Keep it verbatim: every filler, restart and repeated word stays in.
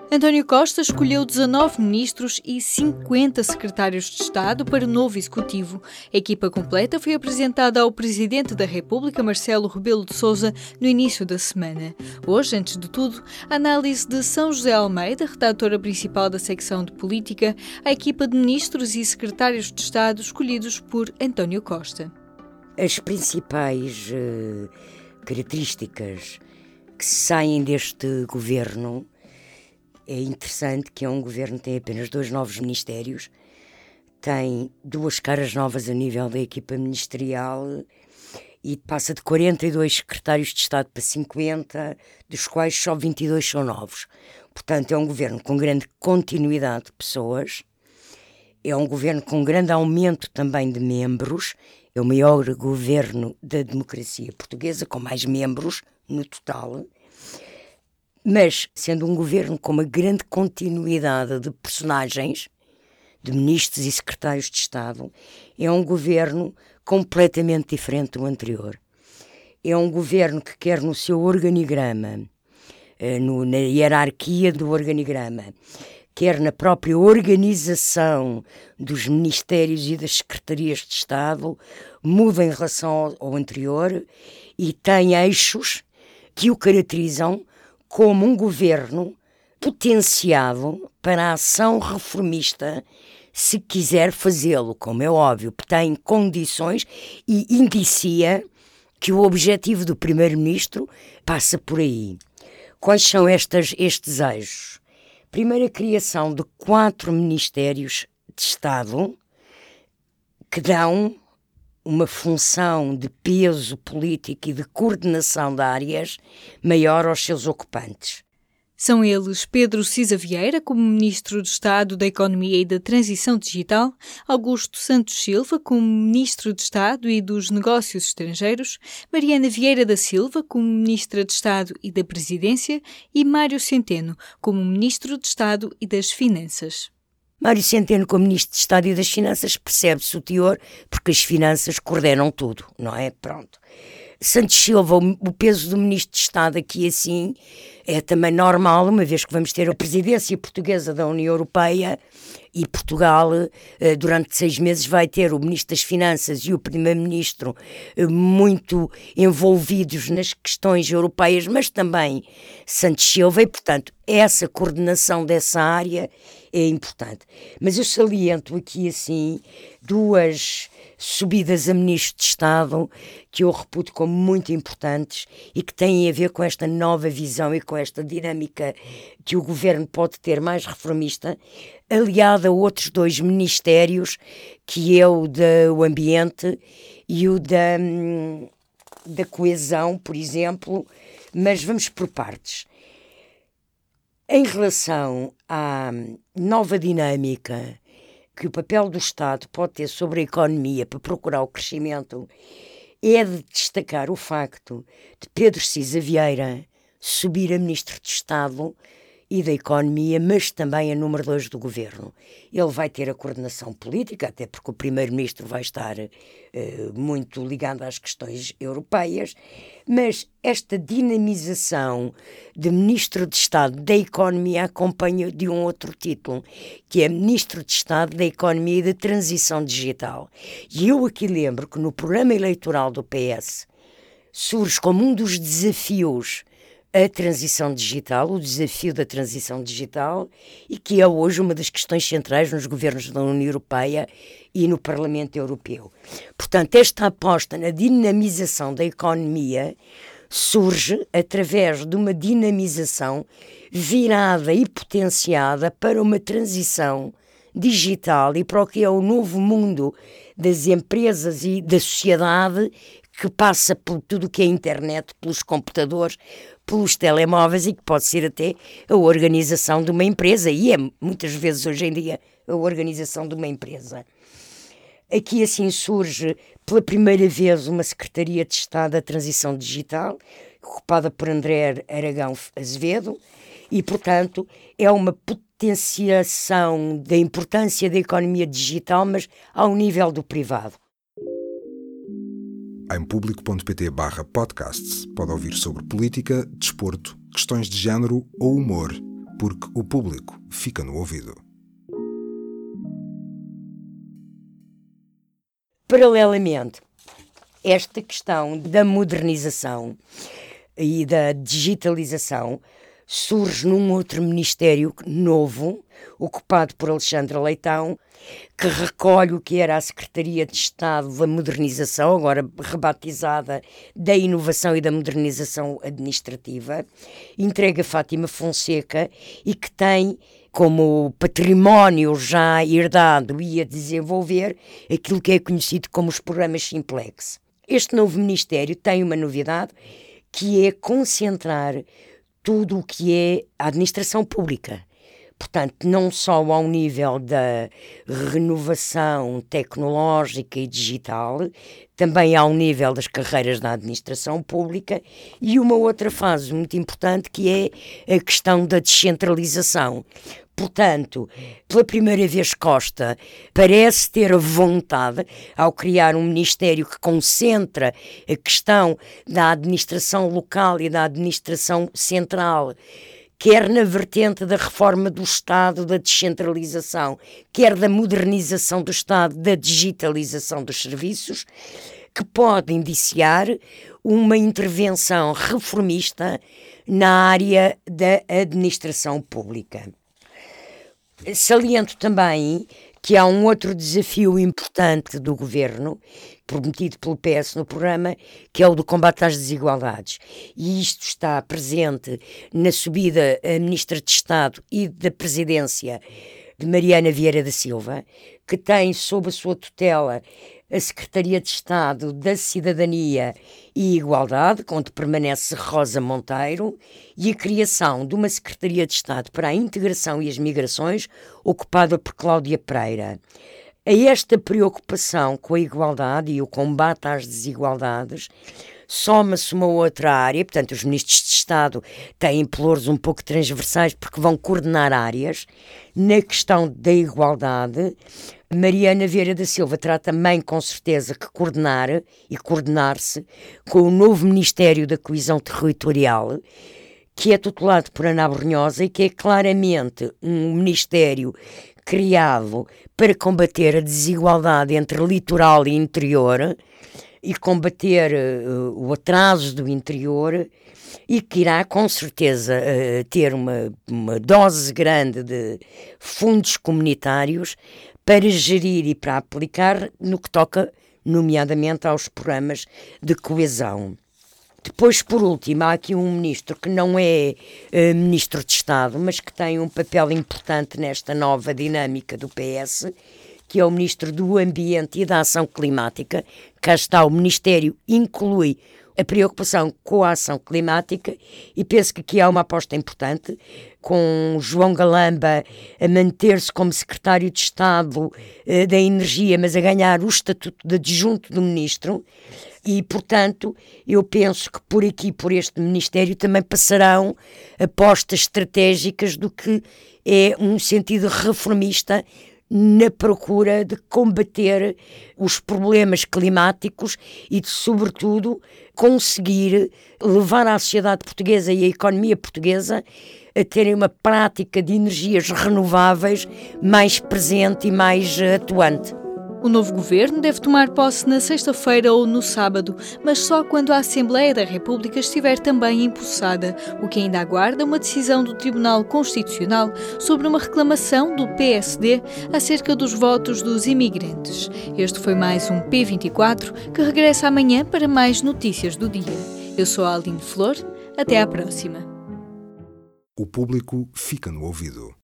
António Costa escolheu dezanove ministros e cinquenta secretários de Estado para o novo Executivo. A equipa completa foi apresentada ao Presidente da República, Marcelo Rebelo de Sousa, no início da semana. Hoje, antes de tudo, a análise de São José Almeida, redatora principal da secção de Política, à equipa de ministros e secretários de Estado escolhidos por António Costa. As principais uh, características que saem deste governo. É interessante que é um governo que tem apenas dois novos ministérios, tem duas caras novas a nível da equipa ministerial e passa de quarenta e dois secretários de Estado para cinquenta, dos quais só vinte e dois são novos. Portanto, é um governo com grande continuidade de pessoas, é um governo com grande aumento também de membros, é o maior governo da democracia portuguesa, com mais membros no total. Mas, sendo um governo com uma grande continuidade de personagens, de ministros e secretários de Estado, é um governo completamente diferente do anterior. É um governo que quer no seu organigrama, no, na hierarquia do organigrama, quer na própria organização dos ministérios e das secretarias de Estado, muda em relação ao, ao anterior e tem eixos que o caracterizam como um governo potenciado para a ação reformista, se quiser fazê-lo, como é óbvio, tem condições e indicia que o objetivo do primeiro-ministro passa por aí. Quais são estas, estes eixos? Primeiro, a criação de quatro ministérios de Estado que dão uma função de peso político e de coordenação de áreas maior aos seus ocupantes. São eles Pedro Cisa Vieira, como Ministro de Estado da Economia e da Transição Digital, Augusto Santos Silva, como Ministro de Estado e dos Negócios Estrangeiros, Mariana Vieira da Silva, como Ministra de Estado e da Presidência, e Mário Centeno, como Ministro de Estado e das Finanças. Mário Centeno, como Ministro de Estado e das Finanças, percebe-se o teor, porque as finanças coordenam tudo, não é? Pronto. Santos Silva, o peso do Ministro de Estado aqui assim é também normal, uma vez que vamos ter a presidência portuguesa da União Europeia e Portugal, durante seis meses, vai ter o Ministro das Finanças e o Primeiro-Ministro muito envolvidos nas questões europeias, mas também Santos Silva, e, portanto, essa coordenação dessa área é importante. Mas eu saliento aqui, assim, duas subidas a Ministro de Estado que eu reputo como muito importantes e que têm a ver com esta nova visão e com esta dinâmica que o Governo pode ter mais reformista, aliado a outros dois ministérios, que é o do Ambiente e o da, da Coesão, por exemplo, mas vamos por partes. Em relação à nova dinâmica que o papel do Estado pode ter sobre a economia para procurar o crescimento, é de destacar o facto de Pedro Cisa Vieira subir a Ministro de Estado e da Economia, mas também a número dois do Governo. Ele vai ter a coordenação política, até porque o Primeiro-Ministro vai estar uh, muito ligado às questões europeias, mas esta dinamização de Ministro de Estado da Economia acompanha de um outro título, que é Ministro de Estado da Economia e da Transição Digital. E eu aqui lembro que no programa eleitoral do P S surge como um dos desafios a transição digital, o desafio da transição digital, e que é hoje uma das questões centrais nos governos da União Europeia e no Parlamento Europeu. Portanto, esta aposta na dinamização da economia surge através de uma dinamização virada e potenciada para uma transição digital e para o que é o novo mundo das empresas e da sociedade, que passa por tudo o que é internet, pelos computadores, pelos telemóveis e que pode ser até a organização de uma empresa, e é muitas vezes hoje em dia a organização de uma empresa. Aqui assim surge pela primeira vez uma Secretaria de Estado da Transição Digital, ocupada por André Aragão Azevedo, e portanto é uma potenciação da importância da economia digital, mas ao nível do privado. Em público.pt barra podcasts pode ouvir sobre política, desporto, questões de género ou humor. porque o público fica no ouvido. Paralelamente, esta questão da modernização e da digitalização surge num outro ministério novo, ocupado por Alexandre Leitão, que recolhe o que era a Secretaria de Estado da Modernização, agora rebatizada da Inovação e da Modernização Administrativa, entrega a Fátima Fonseca e que tem como património já herdado e a desenvolver aquilo que é conhecido como os programas Simplex. Este novo ministério tem uma novidade, que é concentrar tudo o que é a administração pública. Portanto, não só ao nível da renovação tecnológica e digital, também ao nível das carreiras da administração pública e uma outra fase muito importante que é a questão da descentralização. Portanto, pela primeira vez Costa parece ter a vontade, ao criar um ministério que concentra a questão da administração local e da administração central, quer na vertente da reforma do Estado, da descentralização, quer da modernização do Estado, da digitalização dos serviços, que pode indiciar uma intervenção reformista na área da administração pública. Saliento também que há um outro desafio importante do governo, prometido pelo P S no programa, que é o do combate às desigualdades. E isto está presente na subida a Ministra de Estado e da Presidência de Mariana Vieira da Silva, que tem sob a sua tutela a Secretaria de Estado da Cidadania e Igualdade, onde permanece Rosa Monteiro, e a criação de uma Secretaria de Estado para a Integração e as Migrações, ocupada por Cláudia Pereira. A esta preocupação com a igualdade e o combate às desigualdades, soma-se uma outra área, portanto os ministros de Estado têm pelouros um pouco transversais porque vão coordenar áreas. Na questão da igualdade, Mariana Vieira da Silva terá também com certeza que coordenar e coordenar-se com o novo Ministério da Coesão Territorial, que é tutelado por Ana Abrunhosa e que é claramente um ministério criado para combater a desigualdade entre litoral e interior e combater uh, o atraso do interior, e que irá com certeza uh, ter uma, uma dose grande de fundos comunitários para gerir e para aplicar no que toca nomeadamente aos programas de coesão. Depois, por último, há aqui um ministro que não é uh, ministro de Estado, mas que tem um papel importante nesta nova dinâmica do P S, que é o Ministro do Ambiente e da Ação Climática. Cá está, o Ministério inclui a preocupação com a ação climática e penso que aqui há uma aposta importante, com João Galamba a manter-se como Secretário de Estado eh, da Energia, mas a ganhar o estatuto de adjunto do Ministro. E, portanto, eu penso que por aqui, por este Ministério, também passarão apostas estratégicas do que é um sentido reformista na procura de combater os problemas climáticos e de, sobretudo, conseguir levar a sociedade portuguesa e a economia portuguesa a terem uma prática de energias renováveis mais presente e mais atuante. O novo governo deve tomar posse na sexta-feira ou no sábado, mas só quando a Assembleia da República estiver também empossada, o que ainda aguarda uma decisão do Tribunal Constitucional sobre uma reclamação do P S D acerca dos votos dos imigrantes. Este foi mais um P vinte e quatro, que regressa amanhã para mais notícias do dia. Eu sou a Aline Flor, até à próxima. O público fica no ouvido.